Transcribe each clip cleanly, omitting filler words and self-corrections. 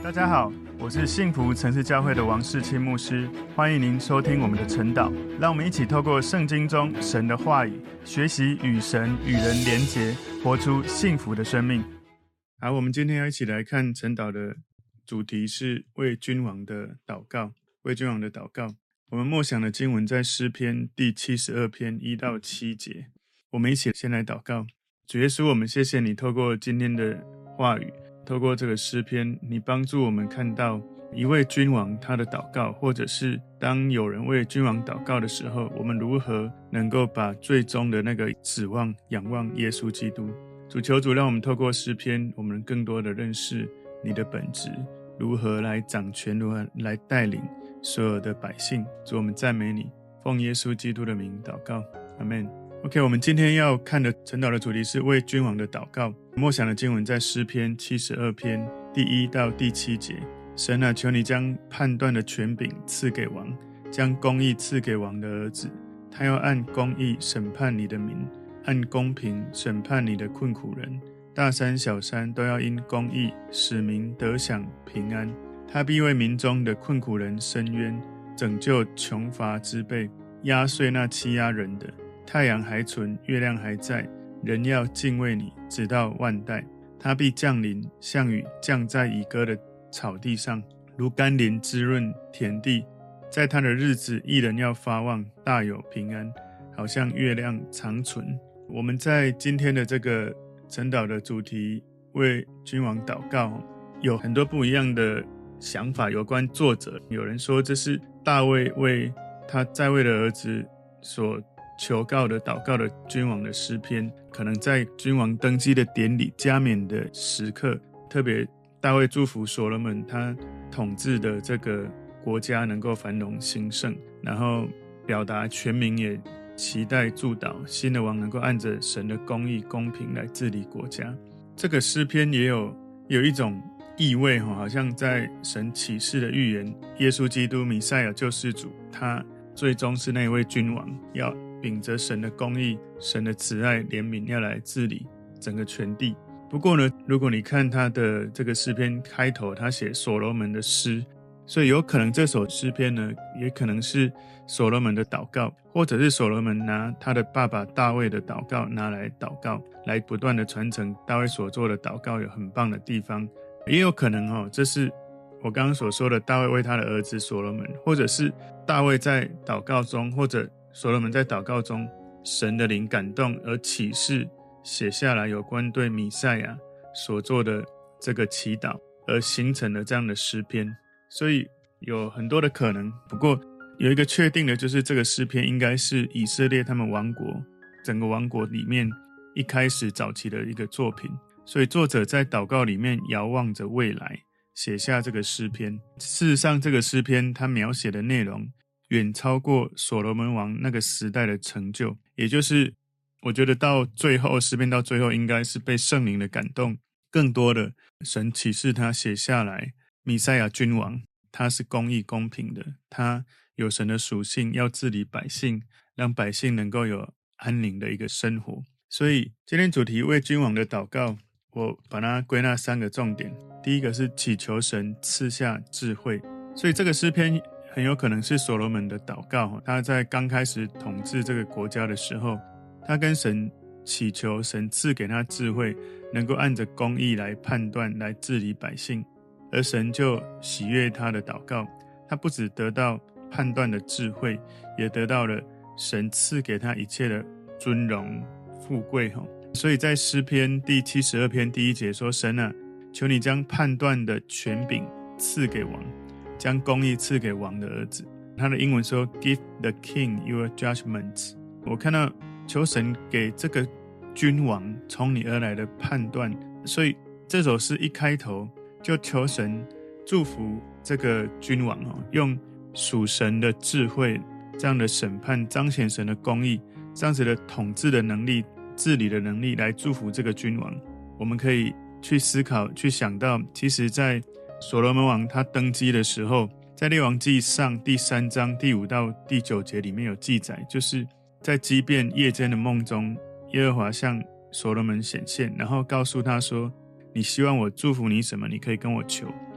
大家好，我是幸福城市教会的王世清牧师，欢迎您收听我们的晨祷。让我们一起透过圣经中神的话语，学习与神与人连结，活出幸福的生命。好，我们今天要一起来看晨祷的主题是为君王的祷告。为君王的祷告，我们默想的经文在诗篇第72篇1到7节。我们一起先来祷告。主耶稣，我们谢谢你透过今天的话语，透过这个诗篇，你帮助我们看到一位君王他的祷告，或者是当有人为君王祷告的时候，我们如何能够把最终的那个指望仰望耶稣基督。主，求主让我们透过诗篇，我们更多的认识你的本质，如何来掌权，如何来带领所有的百姓。主，我们赞美你，奉耶稣基督的名祷告，阿们。OK， 我们今天要看的晨祷的主题是为君王的祷告。默想的经文在诗篇72篇第1到第7节。神啊，求你将判断的权柄赐给王，将公义赐给王的儿子。他要按公义审判你的民，按公平审判你的困苦人。大山小山都要因公义使民得享平安。他必为民中的困苦人伸冤，拯救穷乏之辈，压碎那欺压人的。太阳还存，月亮还在，人要敬畏你，直到万代。他必降临，像雨降在以歌的草地上，如甘霖滋润田地。在他的日子，义人要发旺，大有平安，好像月亮长存。我们在今天的这个晨祷的主题为君王祷告，有很多不一样的想法有关作者。有人说这是大卫为他在位的儿子所求告的祷告的君王的诗篇，可能在君王登基的典礼加冕的时刻，特别大卫祝福所罗门他统治的这个国家能够繁荣兴盛，然后表达全民也期待祝祷新的王能够按着神的公义公平来治理国家。这个诗篇也有一种意味，好像在神启示的预言，耶稣基督弥赛亚救世主，他最终是那位君王，要秉着神的公义、神的慈爱怜悯，要来治理整个全地。不过呢，如果你看他的这个诗篇开头，他写所罗门的诗，所以有可能这首诗篇呢，也可能是所罗门的祷告，或者是所罗门拿他的爸爸大卫的祷告拿来祷告，来不断的传承大卫所做的祷告有很棒的地方。也有可能这是我刚刚所说的大卫为他的儿子所罗门，或者是大卫在祷告中，或者所罗门在祷告中，神的灵感动而启示写下来有关对弥赛亚所做的这个祈祷，而形成了这样的诗篇。所以有很多的可能，不过有一个确定的，就是这个诗篇应该是以色列他们王国整个王国里面一开始早期的一个作品。所以作者在祷告里面遥望着未来，写下这个诗篇。事实上，这个诗篇他描写的内容远超过所罗门王那个时代的成就，也就是我觉得到最后，诗篇到最后应该是被圣灵的感动，更多的神启示他写下来，弥赛亚君王他是公义公平的，他有神的属性，要治理百姓，让百姓能够有安宁的一个生活。所以今天主题为君王的祷告，我把它归纳3个重点。第一个是祈求神赐下智慧，所以这个诗篇很有可能是所罗门的祷告。他在刚开始统治这个国家的时候，他跟神祈求神赐给他智慧，能够按着公义来判断，来治理百姓，而神就喜悦他的祷告。他不只得到判断的智慧，也得到了神赐给他一切的尊荣富贵。所以在诗篇第72篇第1节说，神啊，求你将判断的权柄赐给王，将公义赐给王的儿子。他的英文说 Give the king your judgments。 我看到求神给这个君王从你而来的判断，所以这首诗一开头就求神祝福这个君王，用属神的智慧这样的审判，彰显神的公义，这样子的统治的能力，治理的能力来祝福这个君王。我们可以去思考，去想到，其实在所罗门王他登基的时候，在列王纪上第3章第5到第9节里面有记载，就是在基遍夜间的梦中，耶和华向所罗门显现，然后告诉他说，你希望我祝福你什么，你可以跟我求。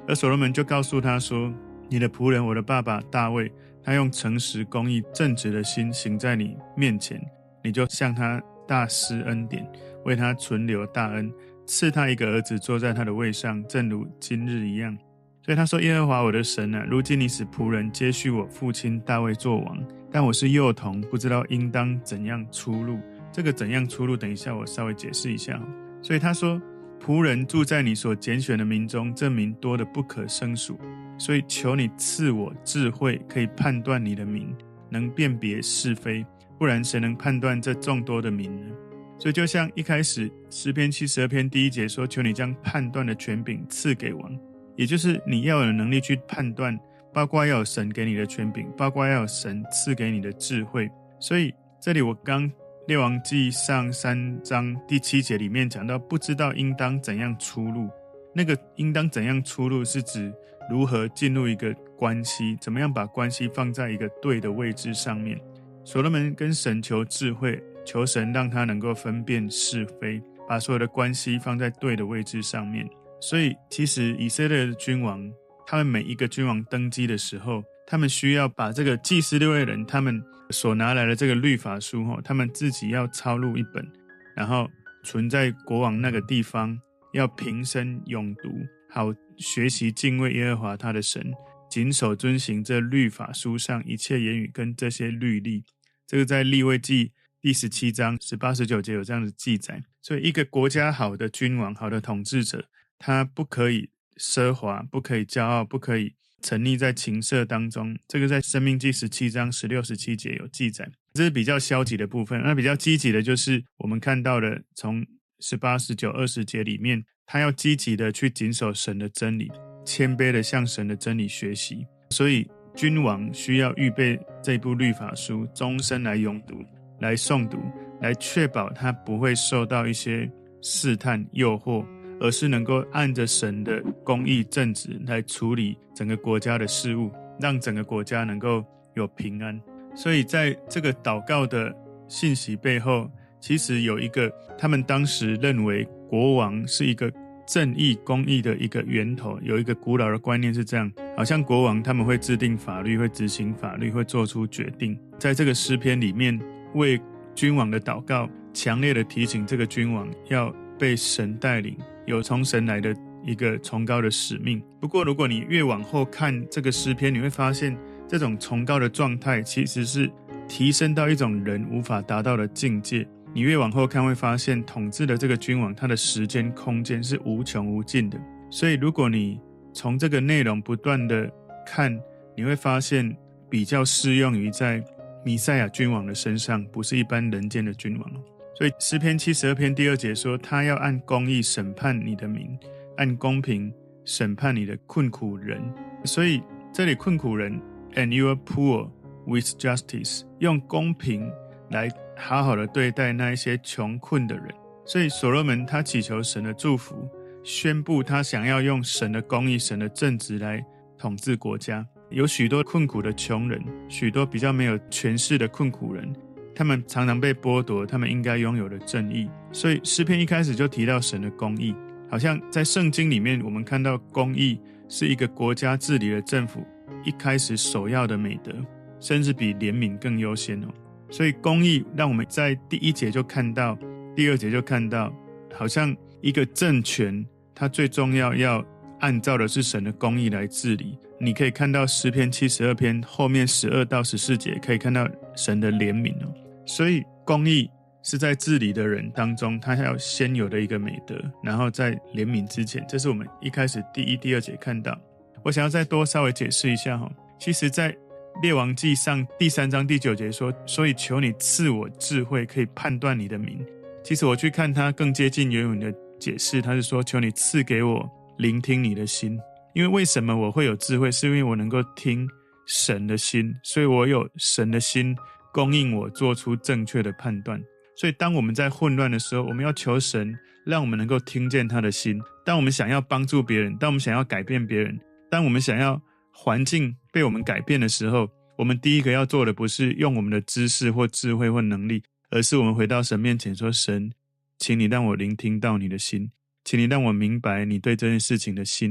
而所罗门就告诉他说，你的仆人我的爸爸大卫，他用诚实公义正直的心行在你面前，你就向他大施恩典，为他存留大恩，赐他一个儿子坐在他的位上，正如今日一样。所以他说，耶和华我的神啊，如今你使仆人接续我父亲大卫做王，但我是幼童，不知道应当怎样出入。这个怎样出入，等一下我稍微解释一下。所以他说，仆人住在你所拣选的民中，这民多得不可胜数，所以求你赐我智慧，可以判断你的民，能辨别是非，不然谁能判断这众多的民呢？所以就像一开始诗篇72篇第1节说，求你将判断的权柄赐给王，也就是你要有能力去判断，包括要有神给你的权柄，包括要有神赐给你的智慧。所以这里我刚列王纪上3章第7节里面讲到，不知道应当怎样出入，那个应当怎样出入是指如何进入一个关系，怎么样把关系放在一个对的位置上面。所罗门跟神求智慧，求神让他能够分辨是非，把所有的关系放在对的位置上面。所以其实以色列的君王，他们每一个君王登基的时候，他们需要把这个祭司6位人他们所拿来的这个律法书，他们自己要抄录一本，然后存在国王那个地方，要平生永读，好学习敬畏耶和华他的神，谨守遵行这律法书上一切言语跟这些律例。这个在利未记第17章18、19节有这样的记载。所以一个国家好的君王，好的统治者，他不可以奢华，不可以骄傲，不可以沉溺在情色当中。这个在申命记17章16、17节有记载。这是比较消极的部分。那比较积极的就是我们看到的从18、19、20节里面，他要积极的去谨守神的真理，谦卑的向神的真理学习。所以君王需要预备这部律法书，终身来咏读，来诵读，来确保他不会受到一些试探诱惑，而是能够按着神的公义正直来处理整个国家的事务，让整个国家能够有平安。所以在这个祷告的信息背后，其实有一个他们当时认为国王是一个正义公义的一个源头。有一个古老的观念是这样，好像国王他们会制定法律，会执行法律，会做出决定。在这个诗篇里面，为君王的祷告强烈的提醒这个君王要被神带领，有从神来的一个崇高的使命。不过如果你越往后看这个诗篇，你会发现这种崇高的状态其实是提升到一种人无法达到的境界。你越往后看会发现，统治的这个君王他的时间空间是无穷无尽的。所以如果你从这个内容不断的看，你会发现比较适用于在弥赛亚君王的身上，不是一般人间的君王。所以诗篇72篇第2节说，他要按公义审判你的民，按公平审判你的困苦人。所以这里困苦人 and your poor with justice， 用公平来好好的对待那一些穷困的人。所以所罗门他祈求神的祝福，宣布他想要用神的公义、神的正直来统治国家。有许多困苦的穷人，许多比较没有权势的困苦人，他们常常被剥夺他们应该拥有的正义。所以诗篇一开始就提到神的公义，好像在圣经里面我们看到公义是一个国家治理的政府一开始首要的美德，甚至比怜悯更优先。所以公义让我们在第1节就看到，第2节就看到，好像一个政权它最重要要按照的是神的公义来治理。你可以看到诗篇72篇后面12到14节可以看到神的怜悯。所以公义是在治理的人当中他要先有的一个美德，然后在怜悯之前，这是我们一开始第1、第2节看到。我想要再多稍微解释一下，其实在列王纪上第3章第9节说，所以求你赐我智慧，可以判断你的民。其实我去看他更接近原文的解释，他是说求你赐给我聆听你的心。因为为什么我会有智慧，是因为我能够听神的心，所以我有神的心供应我做出正确的判断。所以当我们在混乱的时候，我们要求神让我们能够听见他的心。当我们想要帮助别人，当我们想要改变别人，当我们想要环境被我们改变的时候，我们第一个要做的不是用我们的知识或智慧或能力，而是我们回到神面前说，神，请你让我聆听到你的心，请你让我明白你对这件事情的心意，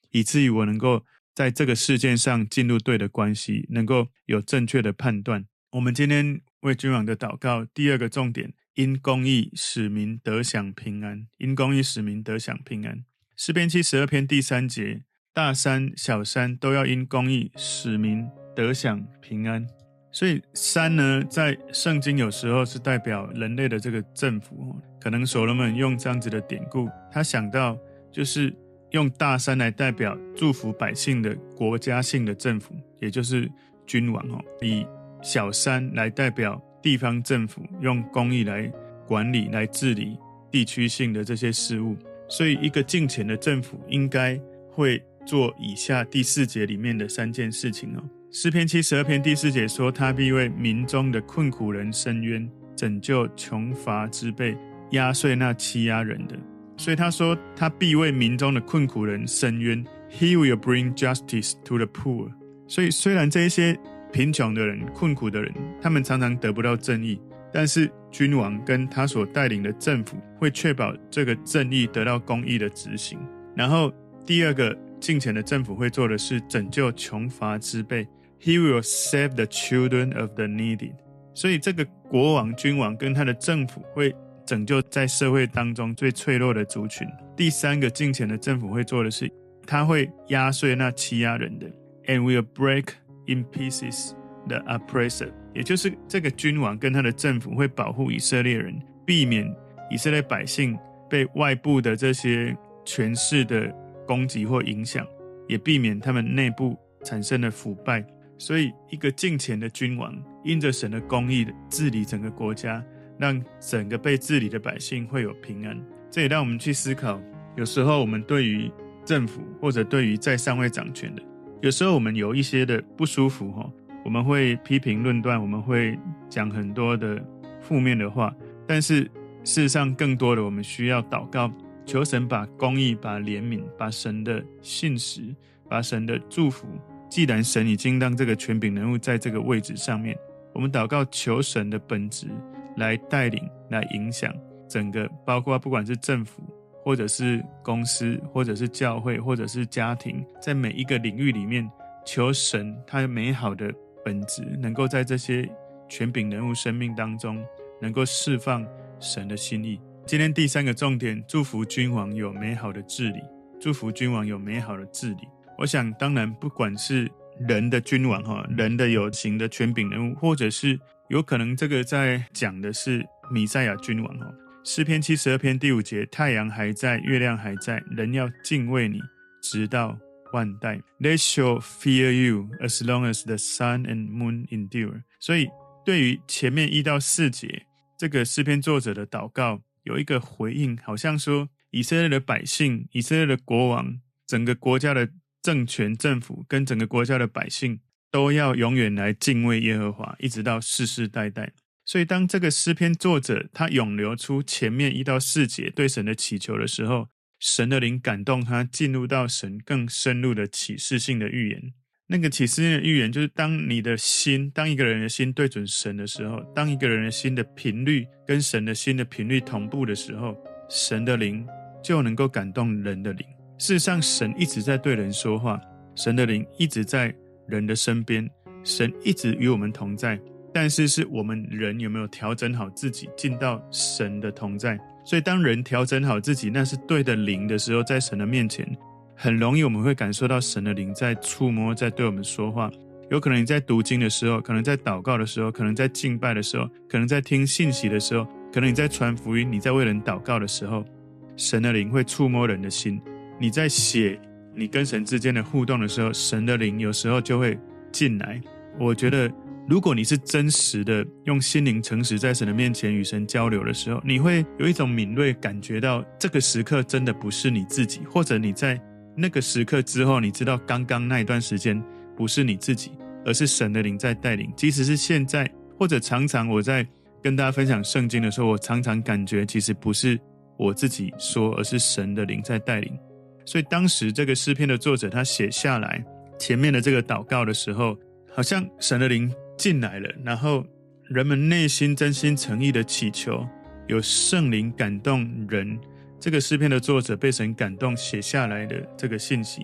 以至于我能够在这个事件上进入对的关系，能够有正确的判断。我们今天为君王的祷告，第二个重点，因公义使民得享平安，因公义使民得享平安。诗篇72篇第3节，大山小山都要因公义使民得享平安。所以山呢，在圣经有时候是代表人类的这个政府，可能所罗门用这样子的典故，他想到就是用大山来代表祝福百姓的国家性的政府，也就是君王，以小山来代表地方政府，用公义来管理来治理地区性的这些事务。所以一个敬虔的政府应该会做以下第4节里面的3件事情。诗篇72篇第4节说，他必为民中的困苦人伸冤，拯救穷乏之辈，压碎那欺压人的。所以他说他必为民中的困苦人伸冤， He will bring justice to the poor。 所以虽然这一些贫穷的人困苦的人他们常常得不到正义，但是君王跟他所带领的政府会确保这个正义得到公义的执行。然后第二个敬虔的政府会做的是拯救穷乏之辈， He will save the children of the needy。 所以这个国王君王跟他的政府会拯救在社会当中最脆弱的族群。第三个敬虔的政府会做的是，他会压碎那欺压人的， and will break in pieces the oppressor。 也就是这个君王跟他的政府会保护以色列人，避免以色列百姓被外部的这些权势的攻击或影响，也避免他们内部产生的腐败。所以一个敬虔的君王因着神的公义治理整个国家，让整个被治理的百姓会有平安。这也让我们去思考，有时候我们对于政府或者对于在上位掌权的，有时候我们有一些的不舒服，我们会批评论断，我们会讲很多的负面的话，但是事实上更多的我们需要祷告，求神把公义、把怜悯、把神的信实、把神的祝福，既然神已经让这个权柄人物在这个位置上面，我们祷告求神的本质来带领来影响整个，包括不管是政府或者是公司或者是教会或者是家庭，在每一个领域里面，求神他美好的本质能够在这些权柄人物生命当中能够释放神的心意。今天第三个重点，祝福君王有美好的治理，祝福君王有美好的治理。我想当然不管是人的君王，人的有形的权柄人物，或者是有可能这个在讲的是弥赛亚君王。诗篇72篇第5节，太阳还在，月亮还在，人要敬畏你直到万代。 They shall fear you as long as the sun and moon endure。 所以对于前面1到4节这个诗篇作者的祷告有一个回应，好像说以色列的百姓，以色列的国王，整个国家的政权政府跟整个国家的百姓都要永远来敬畏耶和华，一直到世世代代。所以当这个诗篇作者他涌流出前面1到4节对神的祈求的时候，神的灵感动他进入到神更深入的启示性的预言。那个启示性的预言就是当你的心，当一个人的心对准神的时候，当一个人的心的频率跟神的心的频率同步的时候，神的灵就能够感动人的灵。事实上神一直在对人说话，神的灵一直在人的身边，神一直与我们同在，但是是我们人有没有调整好自己进到神的同在。所以当人调整好自己，那是对的灵的时候，在神的面前很容易我们会感受到神的灵在触摸，在对我们说话。有可能你在读经的时候，可能在祷告的时候，可能在敬拜的时候，可能在听信息的时候，可能你在传福音，你在为人祷告的时候，神的灵会触摸人的心。你在写你跟神之间的互动的时候，神的灵有时候就会进来。我觉得如果你是真实的用心灵诚实在神的面前与神交流的时候，你会有一种敏锐感觉到这个时刻真的不是你自己，或者你在那个时刻之后，你知道刚刚那一段时间不是你自己，而是神的灵在带领。即使是现在，或者常常我在跟大家分享圣经的时候，我常常感觉其实不是我自己说，而是神的灵在带领。所以当时这个诗篇的作者他写下来前面的这个祷告的时候，好像神的灵进来了，然后人们内心真心诚意的祈求，有圣灵感动人。这个诗篇的作者被神感动写下来的这个信息，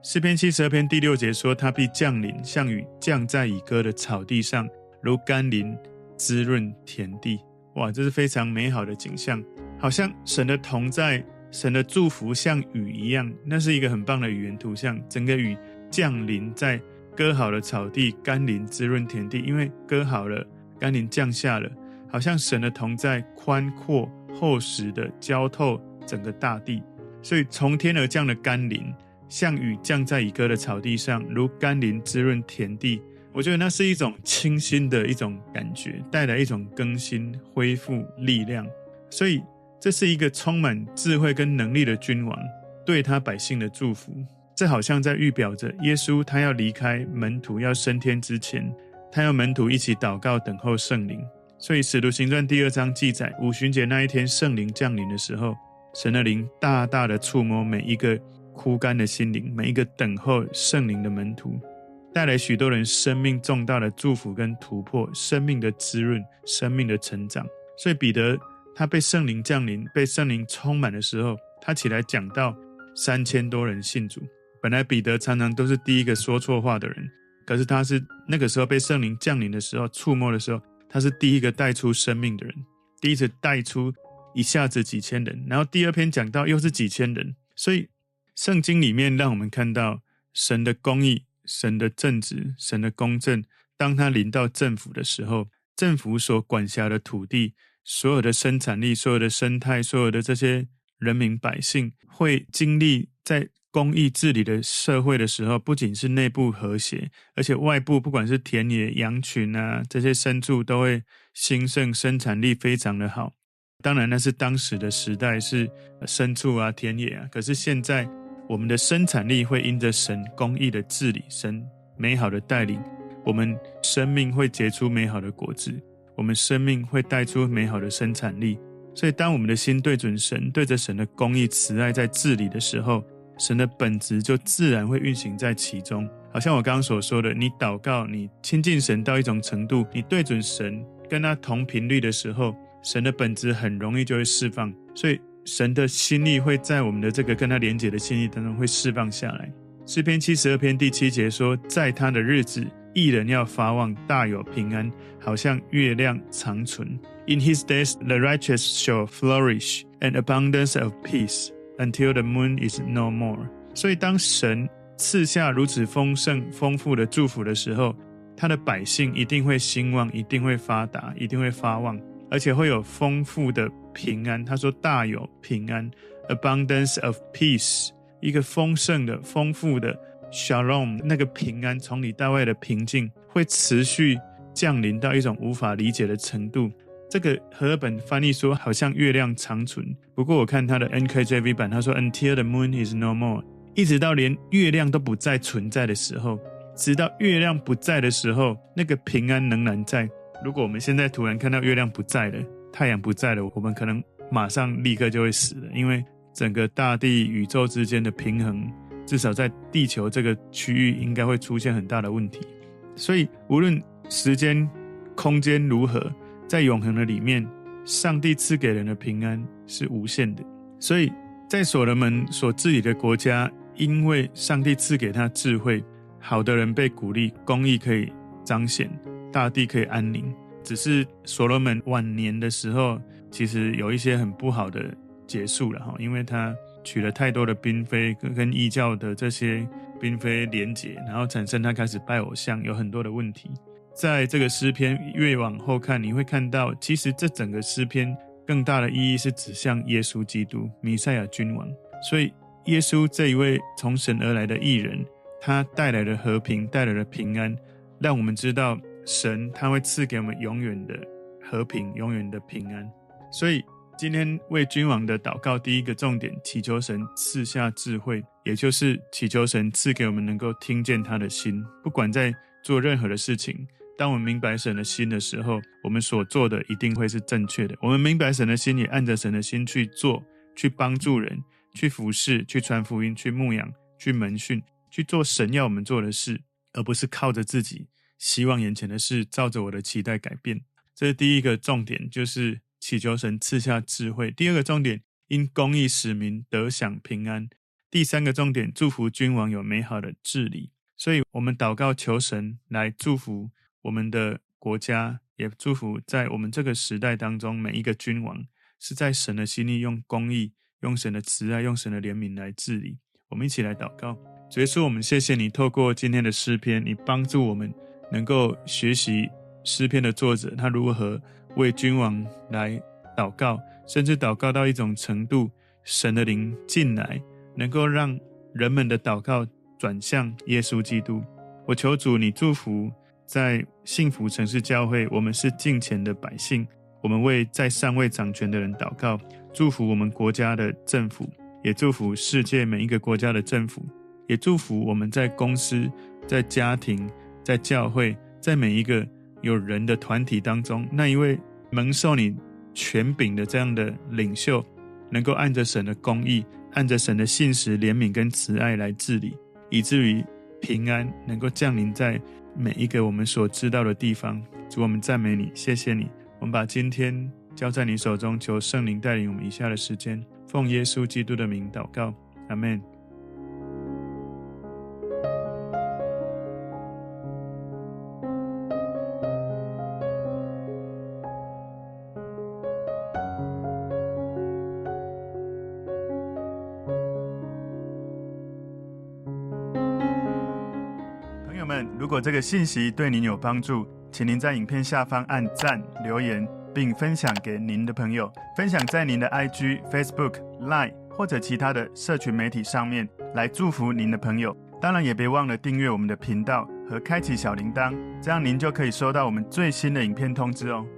诗篇72篇第6节说，他必降临，像雨降在已割的草地上，如甘霖滋润田地。哇，这是非常美好的景象，好像神的同在，神的祝福像雨一样，那是一个很棒的语言图像。整个雨降临在割好的草地，甘霖滋润田地，因为割好了，甘霖降下了，好像神的同在宽阔厚实的浇透整个大地。所以从天而降的甘霖像雨降在已割的草地上，如甘霖滋润田地。我觉得那是一种清新的一种感觉，带来一种更新、恢复力量。所以这是一个充满智慧跟能力的君王对他百姓的祝福。这好像在预表着耶稣他要离开门徒要升天之前，他要门徒一起祷告等候圣灵。所以使徒行传第2章记载，五旬节那一天圣灵降临的时候，神的灵大大的触摸每一个枯干的心灵，每一个等候圣灵的门徒，带来许多人生命重大的祝福跟突破，生命的滋润，生命的成长。所以彼得他被圣灵降临，被圣灵充满的时候，他起来讲道，3000多人信主。本来彼得常常都是第一个说错话的人，可是他是那个时候被圣灵降临的时候，触摸的时候，他是第一个带出生命的人，第一次带出一下子几千人，然后第二篇讲到又是几千人。所以圣经里面让我们看到神的公义，神的正直，神的公正。当他临到政府的时候，政府所管辖的土地，所有的生产力，所有的生态，所有的这些人民百姓会经历在公义治理的社会的时候，不仅是内部和谐，而且外部不管是田野、羊群啊，这些牲畜都会兴盛，生产力非常的好。当然那是当时的时代，是牲畜啊、田野啊。可是现在我们的生产力会因着神公义的治理，神美好的带领，我们生命会结出美好的果子，我们生命会带出美好的生产力。所以当我们的心对准神，对着神的公义慈爱在治理的时候，神的本质就自然会运行在其中。好像我刚刚所说的，你祷告，你亲近神到一种程度，你对准神，跟他同频率的时候，神的本质很容易就会释放。所以神的心意会在我们的这个跟他连结的心意当中会释放下来。诗篇72篇第7节说，在他的日子，义人要发旺，大有平安，好像月亮长存。In his days, the righteous shall flourish, an abundance of peace, until the moon is no more. 所以当神赐下如此丰盛丰富的祝福的时候，他的百姓一定会兴旺，一定会发达，一定会发旺，而且会有丰富的平安。他说大有平安， abundance of peace， 一个丰盛的丰富的 shalom， 那个平安从里到外的平静会持续降临到一种无法理解的程度。这个和合本翻译说好像月亮长存，不过我看他的 NKJV 版，他说 Until the moon is no more， 一直到连月亮都不再存在的时候，直到月亮不在的时候，那个平安仍然在。如果我们现在突然看到月亮不在了，太阳不在了，我们可能马上立刻就会死了，因为整个大地宇宙之间的平衡，至少在地球这个区域应该会出现很大的问题。所以无论时间空间如何，在永恒的里面，上帝赐给人的平安是无限的。所以在所罗门所治理的国家，因为上帝赐给他智慧，好的人被鼓励，公义可以彰显，大地可以安宁。只是所罗门晚年的时候，其实有一些很不好的结束了，因为他娶了太多的嫔妃，跟异教的这些嫔妃连结，然后产生他开始拜偶像，有很多的问题。在这个诗篇越往后看，你会看到其实这整个诗篇更大的意义是指向耶稣基督，弥赛亚君王。所以耶稣这一位从神而来的义人，他带来了和平，带来了平安，让我们知道神他会赐给我们永远的和平，永远的平安。所以今天为君王的祷告，第一个重点，祈求神赐下智慧，也就是祈求神赐给我们能够听见他的心。不管在做任何的事情，当我们明白神的心的时候，我们所做的一定会是正确的。我们明白神的心，也按着神的心去做，去帮助人，去服侍，去传福音，去牧养，去门训，去做神要我们做的事，而不是靠着自己希望眼前的事照着我的期待改变。这是第一个重点，就是祈求神赐下智慧。第二个重点，因公义使民得享平安。 第3个重点，祝福君王有美好的治理。所以我们祷告求神来祝福我们的国家，也祝福在我们这个时代当中每一个君王是在神的心意，用公义，用神的慈爱，用神的怜悯来治理。我们一起来祷告。主耶稣，我们谢谢你透过今天的诗篇，你帮助我们能够学习诗篇的作者他如何为君王来祷告，甚至祷告到一种程度，神的灵进来，能够让人们的祷告转向耶稣基督。我求主你祝福在幸福城市教会，我们是敬虔的百姓，我们为在上位掌权的人祷告，祝福我们国家的政府，也祝福世界每一个国家的政府，也祝福我们在公司，在家庭，在教会，在每一个有人的团体当中，那一位蒙受你权柄的这样的领袖，能够按着神的公义，按着神的信实、怜悯跟慈爱来治理，以至于平安能够降临在每一个我们所知道的地方。主，我们赞美你，谢谢你。我们把今天交在你手中，求圣灵带领我们以下的时间，奉耶稣基督的名祷告，阿们。如果这个信息对您有帮助，请您在影片下方按赞、留言，并分享给您的朋友，分享在您的 IG、Facebook、Line 或者其他的社群媒体上面，来祝福您的朋友。当然也别忘了订阅我们的频道和开启小铃铛，这样您就可以收到我们最新的影片通知哦。